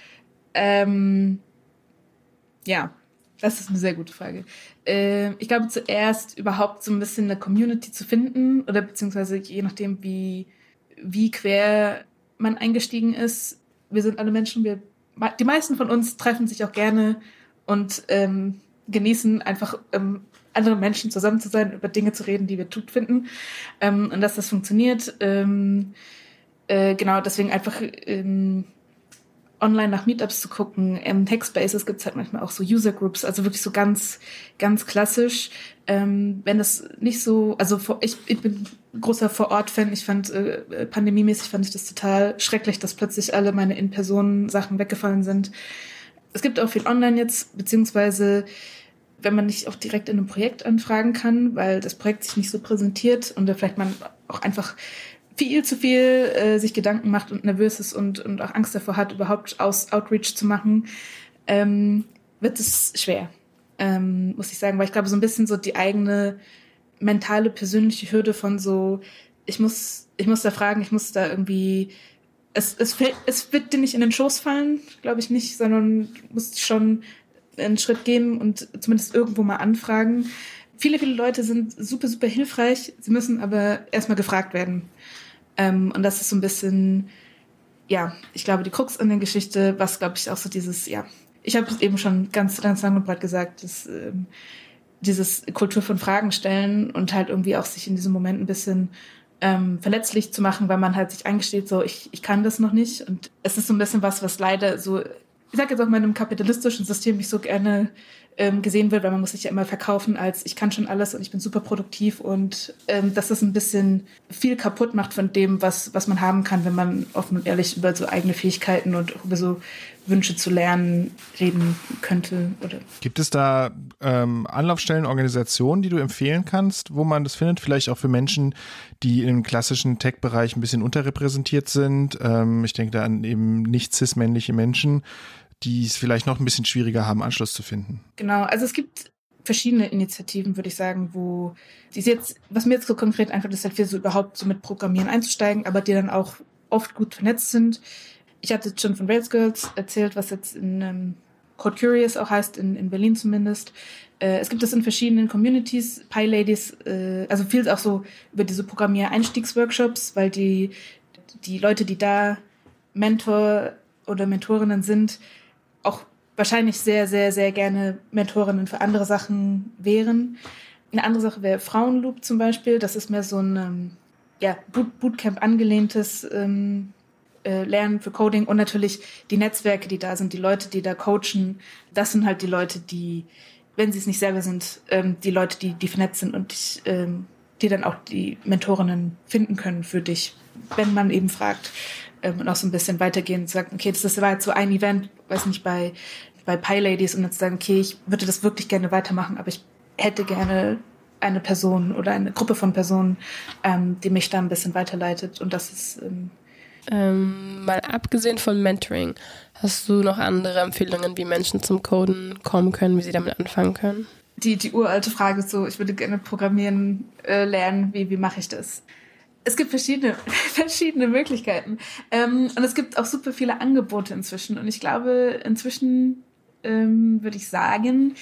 Ähm, ja, das ist eine sehr gute Frage. Äh, ich glaube, zuerst überhaupt so ein bisschen eine Community zu finden oder beziehungsweise je nachdem, wie, wie quer man eingestiegen ist. Wir sind alle Menschen, wir, die meisten von uns treffen sich auch gerne und ähm, genießen einfach ähm, andere Menschen zusammen zu sein, über Dinge zu reden, die wir gut finden, ähm, und dass das funktioniert. Ähm, äh, genau, deswegen einfach ähm, online nach Meetups zu gucken. Im Hackspaces gibt es halt manchmal auch so User Groups, also wirklich so ganz, ganz klassisch. Ähm, wenn das nicht so, also ich, ich bin großer Vor-Ort-Fan. Ich fand, äh, pandemiemäßig fand ich das total schrecklich, dass plötzlich alle meine In-Person-Sachen weggefallen sind. Es gibt auch viel online jetzt, beziehungsweise wenn man nicht auch direkt in einem Projekt anfragen kann, weil das Projekt sich nicht so präsentiert und da vielleicht man auch einfach viel zu viel äh, sich Gedanken macht und nervös ist und, und auch Angst davor hat, überhaupt aus Outreach zu machen, ähm, wird es schwer, ähm, muss ich sagen. Weil ich glaube, so ein bisschen so die eigene mentale, persönliche Hürde von so, ich muss, ich muss da fragen, ich muss da irgendwie, es, es, fällt, es wird dir nicht in den Schoß fallen, glaube ich nicht, sondern du musst schon einen Schritt gehen und zumindest irgendwo mal anfragen. Viele, viele Leute sind super, super hilfreich, sie müssen aber erstmal gefragt werden. Ähm, und das ist so ein bisschen, ja, ich glaube, die Krux an der Geschichte, was, glaube ich, auch so dieses, ja, ich habe es eben schon ganz, ganz lang und breit gesagt, dass, ähm, dieses Kultur von Fragen stellen und halt irgendwie auch sich in diesem Moment ein bisschen ähm, verletzlich zu machen, weil man halt sich eingesteht, so, ich, ich kann das noch nicht. Und es ist so ein bisschen was, was leider so, ich sage jetzt auch mal in einem kapitalistischen System nicht so gerne ähm, gesehen wird, weil man muss sich ja immer verkaufen als ich kann schon alles und ich bin super produktiv und ähm, dass das ein bisschen viel kaputt macht von dem, was, was man haben kann, wenn man offen und ehrlich über so eigene Fähigkeiten und über so Wünsche zu lernen reden könnte. Oder Gibt es da ähm, Anlaufstellen, Organisationen, die du empfehlen kannst, wo man das findet? Vielleicht auch für Menschen, die im klassischen Tech-Bereich ein bisschen unterrepräsentiert sind. Ähm, ich denke da an eben nicht cis-männliche Menschen, die es vielleicht noch ein bisschen schwieriger haben, Anschluss zu finden. Genau, also es gibt verschiedene Initiativen, würde ich sagen, wo die jetzt, was mir jetzt so konkret einfach ist, halt für so überhaupt so mit Programmieren einzusteigen, aber die dann auch oft gut vernetzt sind. Ich hatte jetzt schon von Rails Girls erzählt, was jetzt in ähm, Code Curious auch heißt, in, in Berlin zumindest. Äh, es gibt das in verschiedenen Communities, PyLadies, äh, also viel auch so über diese Programmier-Einstiegsworkshops, weil die, die Leute, die da Mentor oder Mentorinnen sind, auch wahrscheinlich sehr, sehr, sehr gerne Mentorinnen für andere Sachen wären. Eine andere Sache wäre Frauenloop zum Beispiel. Das ist mehr so ein ähm, ja, Boot- Bootcamp angelehntes ähm, äh, Lernen für Coding und natürlich die Netzwerke, die da sind, die Leute, die da coachen. Das sind halt die Leute, die, wenn sie es nicht selber sind, ähm, die Leute, die, die vernetzt sind und dich, ähm, die dann auch die Mentorinnen finden können für dich, wenn man eben fragt. Und auch so ein bisschen weitergehen und sagen, okay, das war jetzt so ein Event, weiß nicht, bei, bei PyLadies und jetzt sagen, okay, ich würde das wirklich gerne weitermachen, aber ich hätte gerne eine Person oder eine Gruppe von Personen, ähm, die mich da ein bisschen weiterleitet und das ist... Ähm ähm, mal abgesehen von Mentoring, hast du noch andere Empfehlungen, wie Menschen zum Coden kommen können, wie sie damit anfangen können? Die, die uralte Frage so, ich würde gerne programmieren äh, lernen, wie, wie mache ich das? Es gibt verschiedene, verschiedene Möglichkeiten. Ähm, und es gibt auch super viele Angebote inzwischen. Und ich glaube, inzwischen ähm, würde ich sagen,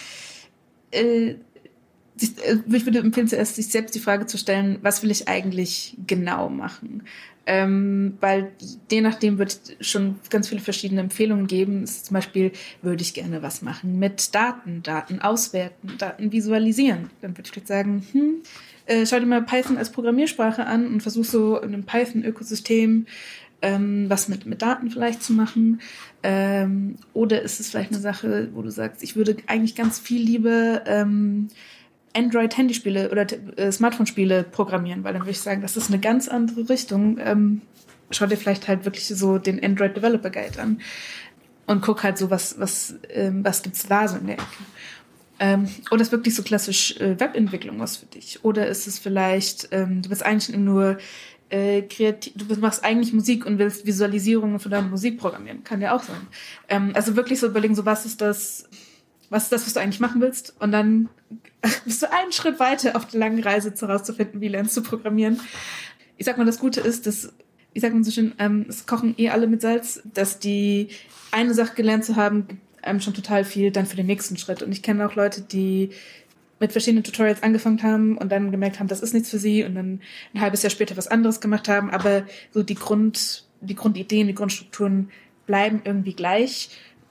äh, sich, äh, ich würde empfehlen, zuerst sich selbst die Frage zu stellen, was will ich eigentlich genau machen? Ähm, weil je nachdem wird es schon ganz viele verschiedene Empfehlungen geben. Zum Beispiel würde ich gerne was machen mit Daten, Daten auswerten, Daten visualisieren. Dann würde ich vielleicht sagen, hm, Äh, schau dir mal Python als Programmiersprache an und versuch so in einem Python-Ökosystem ähm, was mit, mit Daten vielleicht zu machen. Ähm, oder ist es vielleicht eine Sache, wo du sagst, ich würde eigentlich ganz viel lieber ähm, Android-Handyspiele oder äh, Smartphone-Spiele programmieren, weil dann würde ich sagen, das ist eine ganz andere Richtung. Ähm, schau dir vielleicht halt wirklich so den Android Developer Guide an und guck halt so, was, was, ähm, was gibt's da so in der Ecke. Ähm, oder ist wirklich so klassisch äh, Webentwicklung was für dich? Oder ist es vielleicht, ähm, du bist eigentlich nur äh, kreativ, du machst eigentlich Musik und willst Visualisierungen von deiner Musik programmieren? Kann ja auch sein. Ähm, also wirklich so überlegen, so was ist das, was ist das, was du eigentlich machen willst? Und dann bist du einen Schritt weiter auf der langen Reise herauszufinden, wie lernst du programmieren. Ich sag mal, das Gute ist, dass, wie sagt man so schön, ähm, es kochen eh alle mit Salz, dass die eine Sache gelernt zu haben, einem schon total viel dann für den nächsten Schritt. Und ich kenne auch Leute, die mit verschiedenen Tutorials angefangen haben und dann gemerkt haben, das ist nichts für sie und dann ein halbes Jahr später was anderes gemacht haben. Aber so die Grund, die Grundideen, die Grundstrukturen bleiben irgendwie gleich.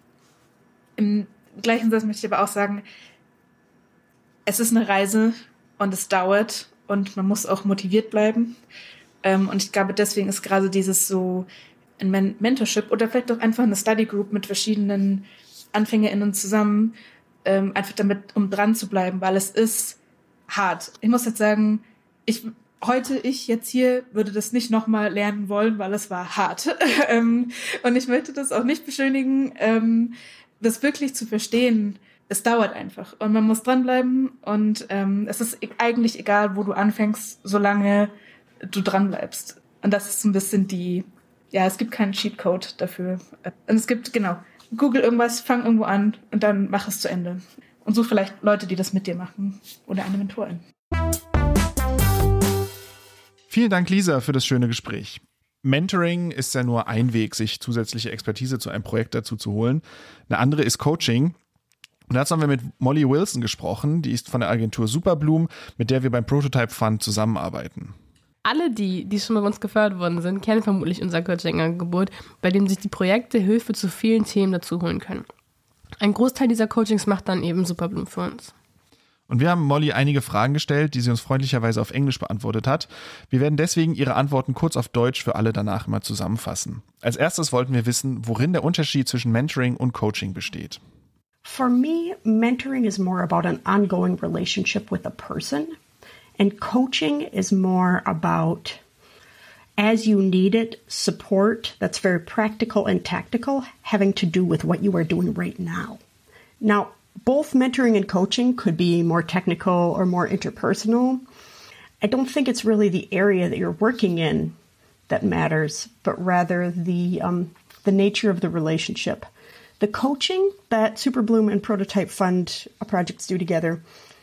Im gleichen Satz möchte ich aber auch sagen, es ist eine Reise und es dauert und man muss auch motiviert bleiben. Und ich glaube, deswegen ist gerade dieses so ein Men- Mentorship oder vielleicht auch einfach eine Study Group mit verschiedenen AnfängerInnen zusammen, ähm, einfach damit, um dran zu bleiben, weil es ist hart. Ich muss jetzt sagen, ich heute, ich jetzt hier, würde das nicht nochmal lernen wollen, weil es war hart. Und ich möchte das auch nicht beschönigen, das wirklich zu verstehen. Es dauert einfach und man muss dranbleiben und ähm, es ist eigentlich egal, wo du anfängst, solange du dranbleibst. Und das ist so ein bisschen die, ja, es gibt keinen Cheatcode dafür. Und es gibt, genau, Google irgendwas, fang irgendwo an und dann mach es zu Ende. Und such vielleicht Leute, die das mit dir machen oder eine Mentorin. Vielen Dank, Lisa, für das schöne Gespräch. Mentoring ist ja nur ein Weg, sich zusätzliche Expertise zu einem Projekt dazu zu holen. Eine andere ist Coaching. Und dazu haben wir mit Molly Wilson gesprochen. Die ist von der Agentur Superbloom, mit der wir beim Prototype Fund zusammenarbeiten. Alle die, die schon bei uns gefördert worden sind, kennen vermutlich unser Coaching-Angebot, bei dem sich die Projekte Hilfe zu vielen Themen dazu holen können. Ein Großteil dieser Coachings macht dann eben Superbloom für uns. Und wir haben Molly einige Fragen gestellt, die sie uns freundlicherweise auf Englisch beantwortet hat. Wir werden deswegen ihre Antworten kurz auf Deutsch für alle danach immer zusammenfassen. Als erstes wollten wir wissen, worin der Unterschied zwischen Mentoring und Coaching besteht. For me, mentoring is more about an ongoing relationship with a person, and coaching is more about, as you need it, support that's very practical and tactical, having to do with what you are doing right now. Now, both mentoring and coaching could be more technical or more interpersonal. I don't think it's really the area that you're working in that matters, but rather the um, the nature of the relationship. The coaching that Superbloom and Prototype Fund projects do together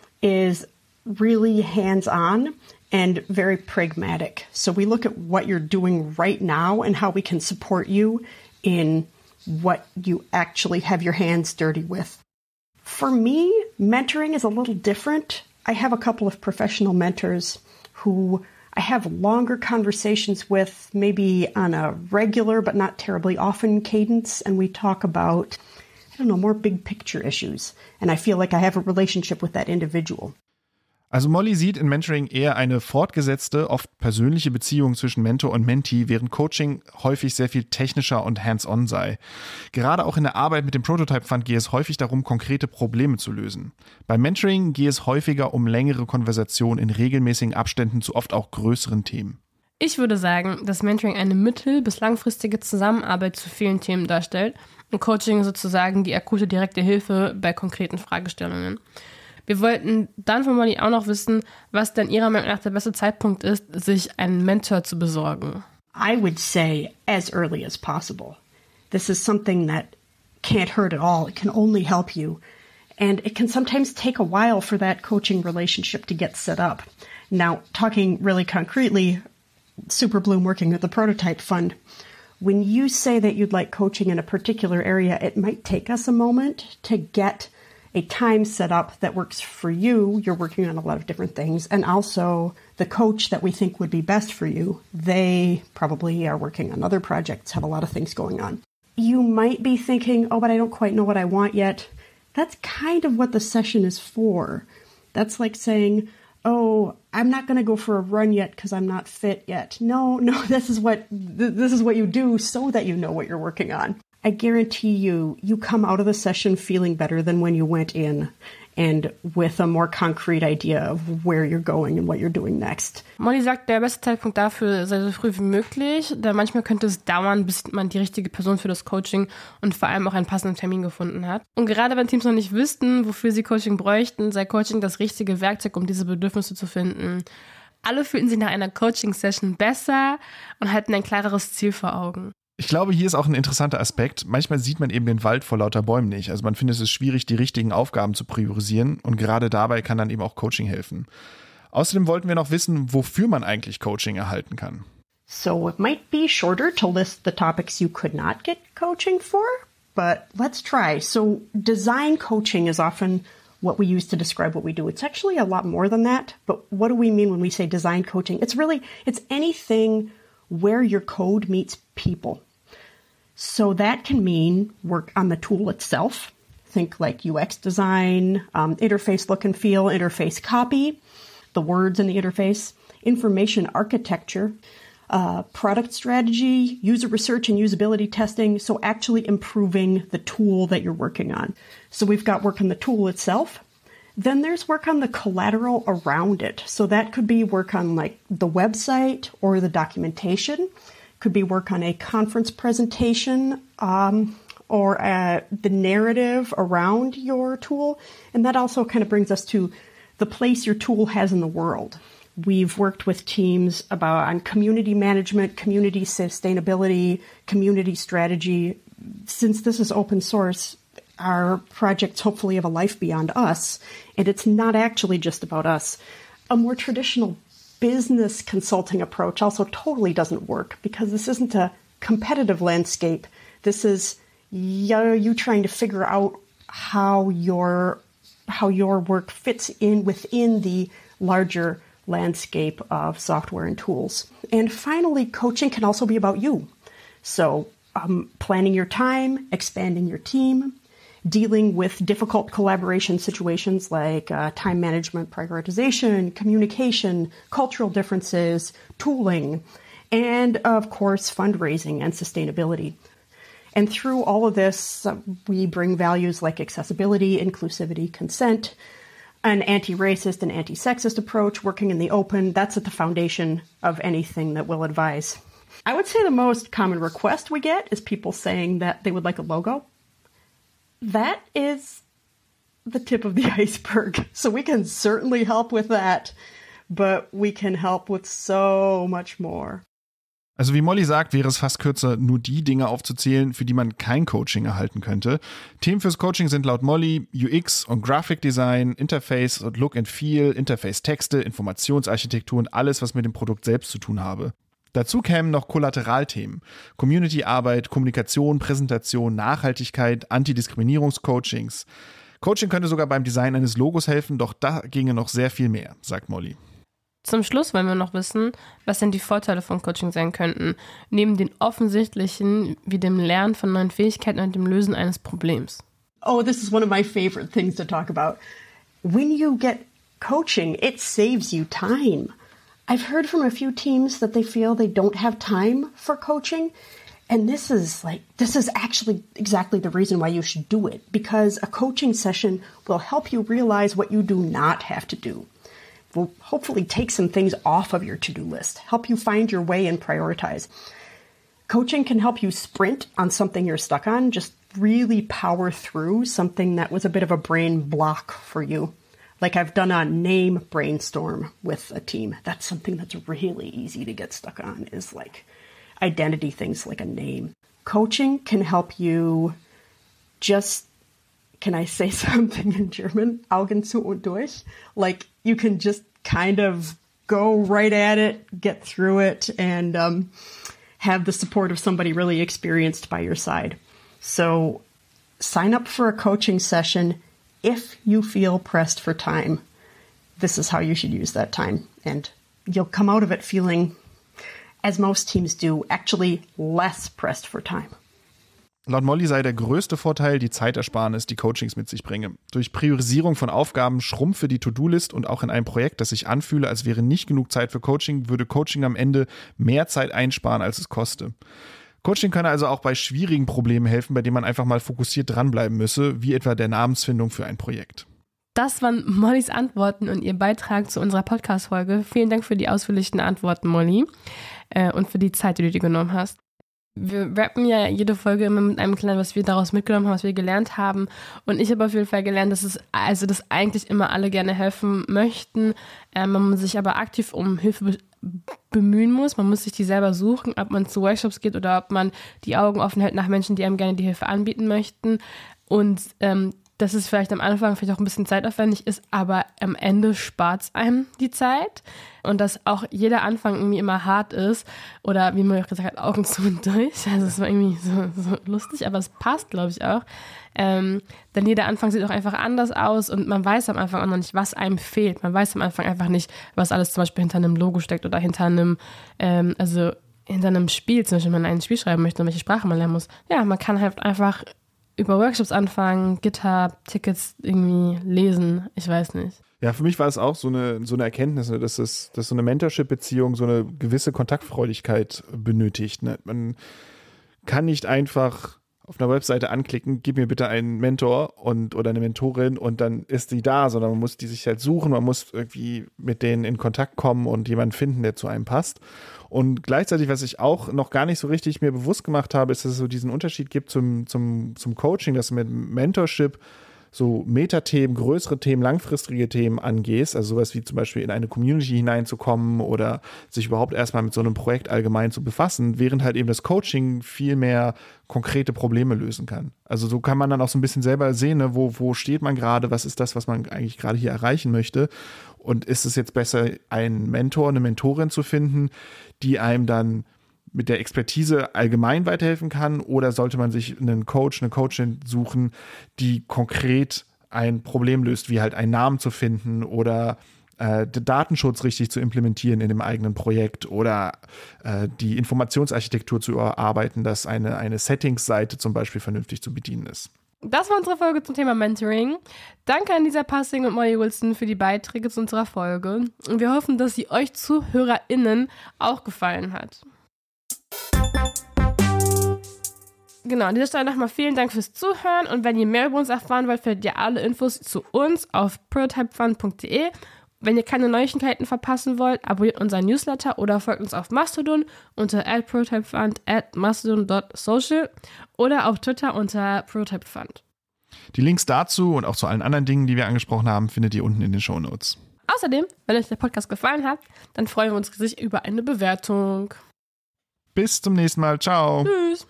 is really hands-on and very pragmatic. So we look at what you're doing right now and how we can support you in what you actually have your hands dirty with. For me, mentoring is a little different. I have a couple of professional mentors who I have longer conversations with, maybe on a regular but not terribly often cadence, and we talk about, I don't know, more big picture issues. And I feel like I have a relationship with that individual. Also Molly sieht in Mentoring eher eine fortgesetzte, oft persönliche Beziehung zwischen Mentor und Mentee, während Coaching häufig sehr viel technischer und hands-on sei. Gerade auch in der Arbeit mit dem Prototype Fund gehe es häufig darum, konkrete Probleme zu lösen. Beim Mentoring gehe es häufiger um längere Konversationen in regelmäßigen Abständen zu oft auch größeren Themen. Ich würde sagen, dass Mentoring eine mittel- bis langfristige Zusammenarbeit zu vielen Themen darstellt und Coaching sozusagen die akute direkte Hilfe bei konkreten Fragestellungen. Wir wollten dann von Molly auch noch wissen, was denn ihrer Meinung nach der beste Zeitpunkt ist, sich einen Mentor zu besorgen. I would say as early as possible. This is something that can't hurt at all. It can only help you. And it can sometimes take a while for that coaching relationship to get set up. Now, talking really concretely, Superbloom working with the Prototype Fund, when you say that you'd like coaching in a particular area, it might take us a moment to get a time set up that works for you. You're working on a lot of different things. And also the coach that we think would be best for you, they probably are working on other projects, have a lot of things going on. You might be thinking, oh, but I don't quite know what I want yet. That's kind of what the session is for. That's like saying, oh, I'm not going to go for a run yet because I'm not fit yet. No, no, this is what th- this is what you do so that you know what you're working on. I guarantee you, you come out of the session feeling better than when you went in and with a more concrete idea of where you're going and what you're doing next. Molly sagt, der beste Zeitpunkt dafür sei so früh wie möglich, da manchmal könnte es dauern, bis man die richtige Person für das Coaching und vor allem auch einen passenden Termin gefunden hat. Und gerade wenn Teams noch nicht wüssten, wofür sie Coaching bräuchten, sei Coaching das richtige Werkzeug, um diese Bedürfnisse zu finden. Alle fühlten sich nach einer Coaching-Session besser und hatten ein klareres Ziel vor Augen. Ich glaube, hier ist auch ein interessanter Aspekt. Manchmal sieht man eben den Wald vor lauter Bäumen nicht. Also man findet es schwierig, die richtigen Aufgaben zu priorisieren. Und gerade dabei kann dann eben auch Coaching helfen. Außerdem wollten wir noch wissen, wofür man eigentlich Coaching erhalten kann. So it might be shorter to list the topics you could not get coaching for, but let's try. So design coaching is often what we use to describe what we do. It's actually a lot more than that. But what do we mean when we say design coaching? It's really, it's anything where your code meets people. So that can mean work on the tool itself. Think like U X design, um, interface look and feel, interface copy, the words in the interface, information architecture, uh, product strategy, user research and usability testing. So actually improving the tool that you're working on. So we've got work on the tool itself. Then there's work on the collateral around it. So that could be work on like the website or the documentation. Could be work on a conference presentation um, or uh, the narrative around your tool. And that also kind of brings us to the place your tool has in the world. We've worked with teams about on community management, community sustainability, community strategy. Since this is open source, our projects hopefully have a life beyond us, and it's not actually just about us. A more traditional business consulting approach also totally doesn't work because this isn't a competitive landscape. This is you, you trying to figure out how your how your work fits in within the larger landscape of software and tools. And finally, coaching can also be about you. So um, planning your time, expanding your team, dealing with difficult collaboration situations like uh, time management, prioritization, communication, cultural differences, tooling, and of course, fundraising and sustainability. And through all of this, uh, we bring values like accessibility, inclusivity, consent, an anti-racist and anti-sexist approach, working in the open. That's at the foundation of anything that we'll advise. I would say the most common request we get is people saying that they would like a logo. That is the tip of the iceberg. So we can certainly help with that, but we can help with so much more. Also wie Molly sagt, wäre es fast kürzer, nur die Dinge aufzuzählen, für die man kein Coaching erhalten könnte. Themen fürs Coaching sind laut Molly U X und Graphic Design, Interface und Look and Feel, Interface-Texte, Informationsarchitektur und alles, was mit dem Produkt selbst zu tun habe. Dazu kämen noch Kollateralthemen, Community-Arbeit, Kommunikation, Präsentation, Nachhaltigkeit, Antidiskriminierungscoachings. Coaching könnte sogar beim Design eines Logos helfen, doch da ginge noch sehr viel mehr, sagt Molly. Zum Schluss wollen wir noch wissen, was denn die Vorteile von Coaching sein könnten, neben den offensichtlichen wie dem Lernen von neuen Fähigkeiten und dem Lösen eines Problems. Oh, this is one of my favorite things to talk about. When you get coaching, it saves you time. I've heard from a few teams that they feel they don't have time for coaching. And this is like, this is actually exactly the reason why you should do it, because a coaching session will help you realize what you do not have to do. Will hopefully take some things off of your to-do list, help you find your way and prioritize. Coaching can help you sprint on something you're stuck on, just really power through something that was a bit of a brain block for you. Like I've done a name brainstorm with a team. That's something that's really easy to get stuck on, is like identity things like a name. Coaching can help you just, can I say something in German? Augen zu und durch. Like you can just kind of go right at it, get through it, and um, have the support of somebody really experienced by your side. So sign up for a coaching session if you feel pressed for time. This is how you should use that time. And you'll come out of it feeling, as most teams do, actually less pressed for time. Laut Molly sei der größte Vorteil die Zeitersparnis, die Coachings mit sich bringe. Durch Priorisierung von Aufgaben schrumpfe die To-Do-List und auch in einem Projekt, das sich anfühle, als wäre nicht genug Zeit für Coaching, würde Coaching am Ende mehr Zeit einsparen, als es koste. Coaching könne also auch bei schwierigen Problemen helfen, bei denen man einfach mal fokussiert dranbleiben müsse, wie etwa der Namensfindung für ein Projekt. Das waren Mollys Antworten und ihr Beitrag zu unserer Podcast-Folge. Vielen Dank für die ausführlichen Antworten, Molly, äh, und für die Zeit, die du dir genommen hast. Wir rappen ja jede Folge immer mit einem kleinen, was wir daraus mitgenommen haben, was wir gelernt haben. Und ich habe auf jeden Fall gelernt, dass es also dass eigentlich immer alle gerne helfen möchten, äh, man sich aber aktiv um Hilfe be- bemühen muss. Man muss sich die selber suchen, ob man zu Workshops geht oder ob man die Augen offen hält nach Menschen, die einem gerne die Hilfe anbieten möchten. Und ähm, dass es vielleicht am Anfang vielleicht auch ein bisschen zeitaufwendig ist, aber am Ende spart es einem die Zeit. Und dass auch jeder Anfang irgendwie immer hart ist. Oder wie man auch gesagt hat, Augen zu und durch. Also es war irgendwie so, so lustig, aber es passt, glaube ich, auch. Ähm, denn jeder Anfang sieht auch einfach anders aus und man weiß am Anfang auch noch nicht, was einem fehlt. Man weiß am Anfang einfach nicht, was alles zum Beispiel hinter einem Logo steckt oder hinter einem, ähm, also hinter einem Spiel, zum Beispiel, wenn man ein Spiel schreiben möchte und welche Sprache man lernen muss. Ja, man kann halt einfach über Workshops anfangen, GitHub, Tickets irgendwie lesen, ich weiß nicht. Ja, für mich war es auch so eine, so eine Erkenntnis, ne, dass, es, dass so eine Mentorship-Beziehung so eine gewisse Kontaktfreudigkeit benötigt. Ne? Man kann nicht einfach auf einer Webseite anklicken, gib mir bitte einen Mentor und oder eine Mentorin und dann ist die da, sondern man muss die sich halt suchen, man muss irgendwie mit denen in Kontakt kommen und jemanden finden, der zu einem passt. Und gleichzeitig, was ich auch noch gar nicht so richtig mir bewusst gemacht habe, ist, dass es so diesen Unterschied gibt zum, zum, zum Coaching, dass mit Mentorship so Metathemen, größere Themen, langfristige Themen angehst, also sowas wie zum Beispiel in eine Community hineinzukommen oder sich überhaupt erstmal mit so einem Projekt allgemein zu befassen, während halt eben das Coaching viel mehr konkrete Probleme lösen kann. Also so kann man dann auch so ein bisschen selber sehen, ne, wo, wo steht man gerade, was ist das, was man eigentlich gerade hier erreichen möchte und ist es jetzt besser, einen Mentor, eine Mentorin zu finden, die einem dann mit der Expertise allgemein weiterhelfen kann oder sollte man sich einen Coach, eine Coachin suchen, die konkret ein Problem löst, wie halt einen Namen zu finden oder äh, den Datenschutz richtig zu implementieren in dem eigenen Projekt oder äh, die Informationsarchitektur zu erarbeiten, dass eine, eine Settings-Seite zum Beispiel vernünftig zu bedienen ist. Das war unsere Folge zum Thema Mentoring. Danke an Lisa Passing und Molly Wilson für die Beiträge zu unserer Folge und wir hoffen, dass sie euch ZuhörerInnen auch gefallen hat. Genau, an dieser Stelle nochmal vielen Dank fürs Zuhören und wenn ihr mehr über uns erfahren wollt, findet ihr alle Infos zu uns auf prototypefund punkt de. Wenn ihr keine Neuigkeiten verpassen wollt, abonniert unseren Newsletter oder folgt uns auf Mastodon unter at prototypefund at mastodon dot social oder auf Twitter unter prototypefund. Die Links dazu und auch zu allen anderen Dingen, die wir angesprochen haben, findet ihr unten in den Shownotes. Außerdem, wenn euch der Podcast gefallen hat, dann freuen wir uns riesig über eine Bewertung. Bis zum nächsten Mal. Ciao. Tschüss.